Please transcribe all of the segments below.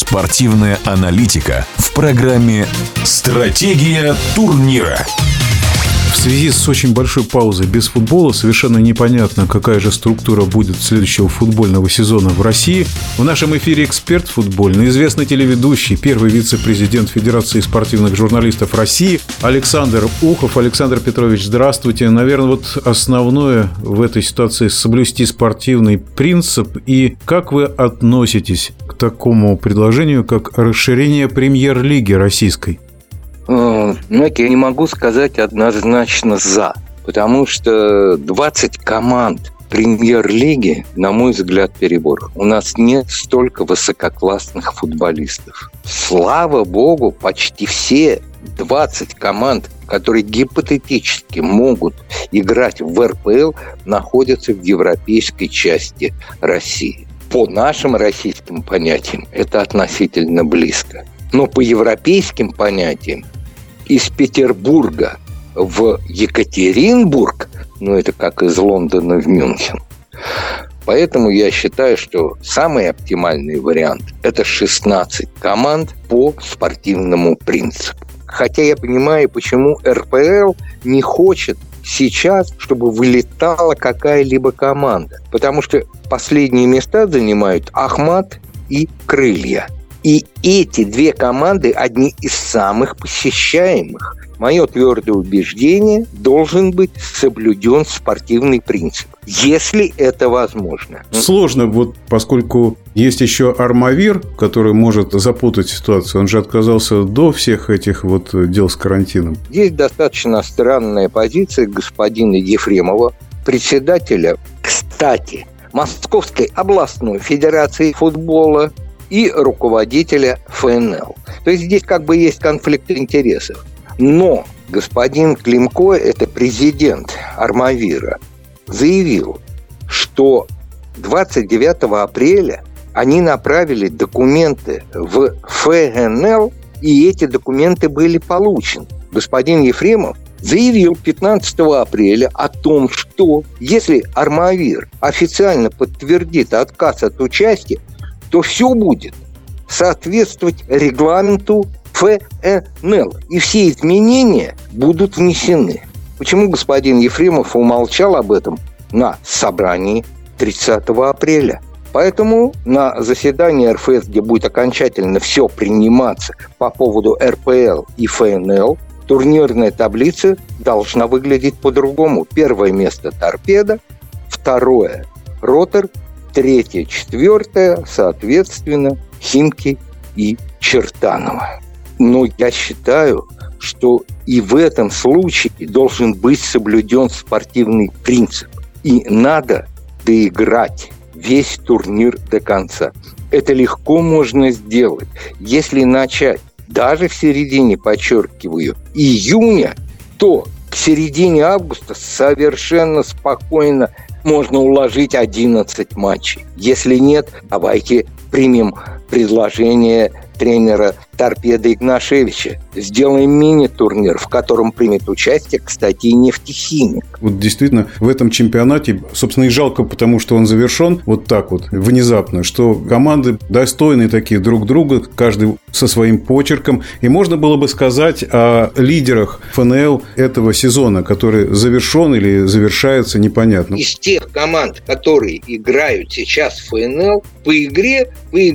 Спортивная аналитика в программе «Стратегия турнира». В связи с очень большой паузой без футбола совершенно непонятно, какая же структура будет следующего футбольного сезона в России. В нашем эфире эксперт футбольный, известный телеведущий, первый вице-президент Федерации спортивных журналистов России Александр Ухов. Александр Петрович, здравствуйте. Наверное, вот основное в этой ситуации — соблюсти спортивный принцип. И как вы относитесь к такому предложению, как расширение премьер-лиги российской? Знаете, я не могу сказать однозначно «за», потому что 20 команд премьер-лиги, на мой взгляд, перебор. У нас нет столько высококлассных футболистов. Слава богу, почти все 20 команд, которые гипотетически могут играть в РПЛ, находятся в европейской части России. По нашим российским понятиям это относительно близко. Но по европейским понятиям из Петербурга в Екатеринбург, это как из Лондона в Мюнхен. Поэтому я считаю, что самый оптимальный вариант – это 16 команд по спортивному принципу. Хотя я понимаю, почему РПЛ не хочет сейчас, чтобы вылетала какая-либо команда. Потому что последние места занимают Ахмат и Крылья. И эти две команды одни из самых посещаемых. Мое твердое убеждение, должен быть соблюден спортивный принцип, если это возможно. Сложно, поскольку есть еще Армавир, который может запутать ситуацию. Он же отказался до всех этих дел с карантином. Здесь достаточно странная позиция господина Ефремова, председателя, кстати, Московской областной федерации футбола, и руководителя ФНЛ. То есть здесь есть конфликт интересов. Но господин Климко, это президент Армавира, заявил, что 29 апреля они направили документы в ФНЛ, и эти документы были получены. Господин Ефремов заявил 15 апреля о том, что если Армавир официально подтвердит отказ от участия, то все будет соответствовать регламенту ФНЛ. И все изменения будут внесены. Почему господин Ефремов умолчал об этом на собрании 30 апреля? Поэтому на заседании РФС, где будет окончательно все приниматься по поводу РПЛ и ФНЛ, турнирная таблица должна выглядеть по-другому. Первое место – «Торпедо», второе – «Ротор», третье, четвертое, соответственно, Химки и Чертаново. Но я считаю, что и в этом случае должен быть соблюден спортивный принцип. И надо доиграть весь турнир до конца. Это легко можно сделать, если начать даже в середине, подчеркиваю, июня, то к середине августа совершенно спокойно можно уложить 11 матчей. Если нет, давайте примем предложение тренера «Торпедо» Игнашевича. Сделаем мини-турнир, в котором примет участие, кстати, и «Нефтехимик». Действительно, в этом чемпионате, собственно, и жалко, потому что он завершен внезапно, что команды достойны такие друг друга, каждый со своим почерком. И можно было бы сказать о лидерах ФНЛ этого сезона, который завершен или завершается, непонятно. Из тех команд, которые играют сейчас в ФНЛ, по игре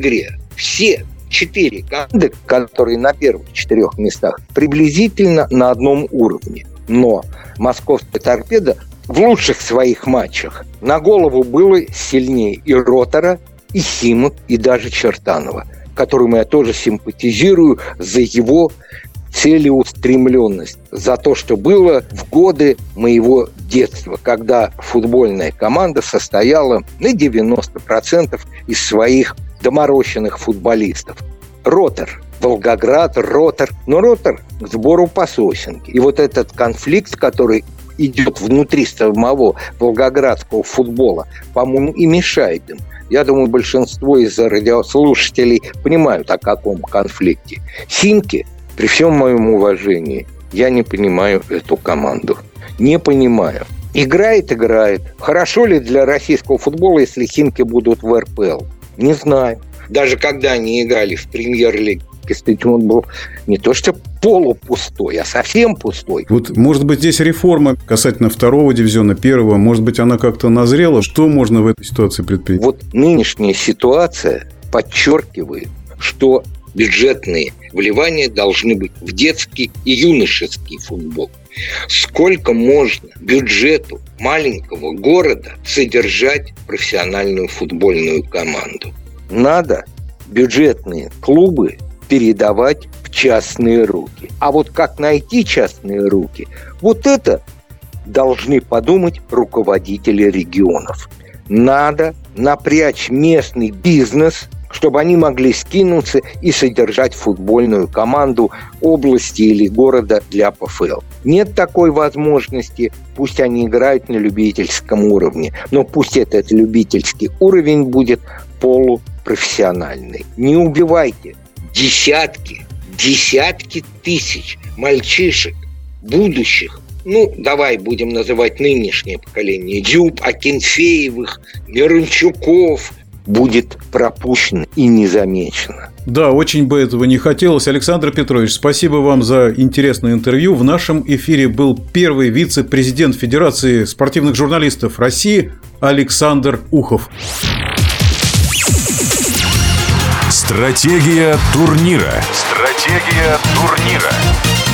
все 4 команды, которые на первых 4 местах, приблизительно на одном уровне. Но московская «Торпедо» в лучших своих матчах на голову было сильнее и «Ротора», и «Химок», и даже Чертанова, которому я тоже симпатизирую за его целеустремленность, за то, что было в годы моего детства, когда футбольная команда состояла на 90% из своих доморощенных футболистов. «Ротор», Волгоград, «Ротор». Но «Ротор» к сбору по сосенке. И этот конфликт, который идет внутри самого волгоградского футбола, по-моему, и мешает им. Я думаю, большинство из радиослушателей понимают, о каком конфликте. «Химки», при всем моем уважении, я не понимаю эту команду. Не понимаю. Играет. Хорошо ли для российского футбола, если «Химки» будут в РПЛ? Не знаю. Даже когда они играли в премьер-лиге, стадион был не то что полупустой, а совсем пустой. Вот, может быть, здесь реформа касательно второго дивизиона, первого, может быть, она как-то назрела? Что можно в этой ситуации предпринять? Вот нынешняя ситуация подчеркивает, что бюджетные вливания должны быть в детский и юношеский футбол. Сколько можно бюджету маленького города содержать профессиональную футбольную команду? Надо бюджетные клубы передавать в частные руки. А вот как найти частные руки, вот это должны подумать руководители регионов. Надо напрячь местный бизнес, чтобы они могли скинуться и содержать футбольную команду области или города для ПФЛ. Нет такой возможности, пусть они играют на любительском уровне, но пусть этот любительский уровень будет полупрофессиональный. Не убивайте десятки тысяч мальчишек, будущих, давай будем называть нынешнее поколение, Дюб, Акинфеевых, Мирончуков, будет пропущено и не замечено. Да, очень бы этого не хотелось. Александр Петрович, спасибо вам за интересное интервью. В нашем эфире был первый вице-президент Федерации спортивных журналистов России Александр Ухов. Стратегия турнира.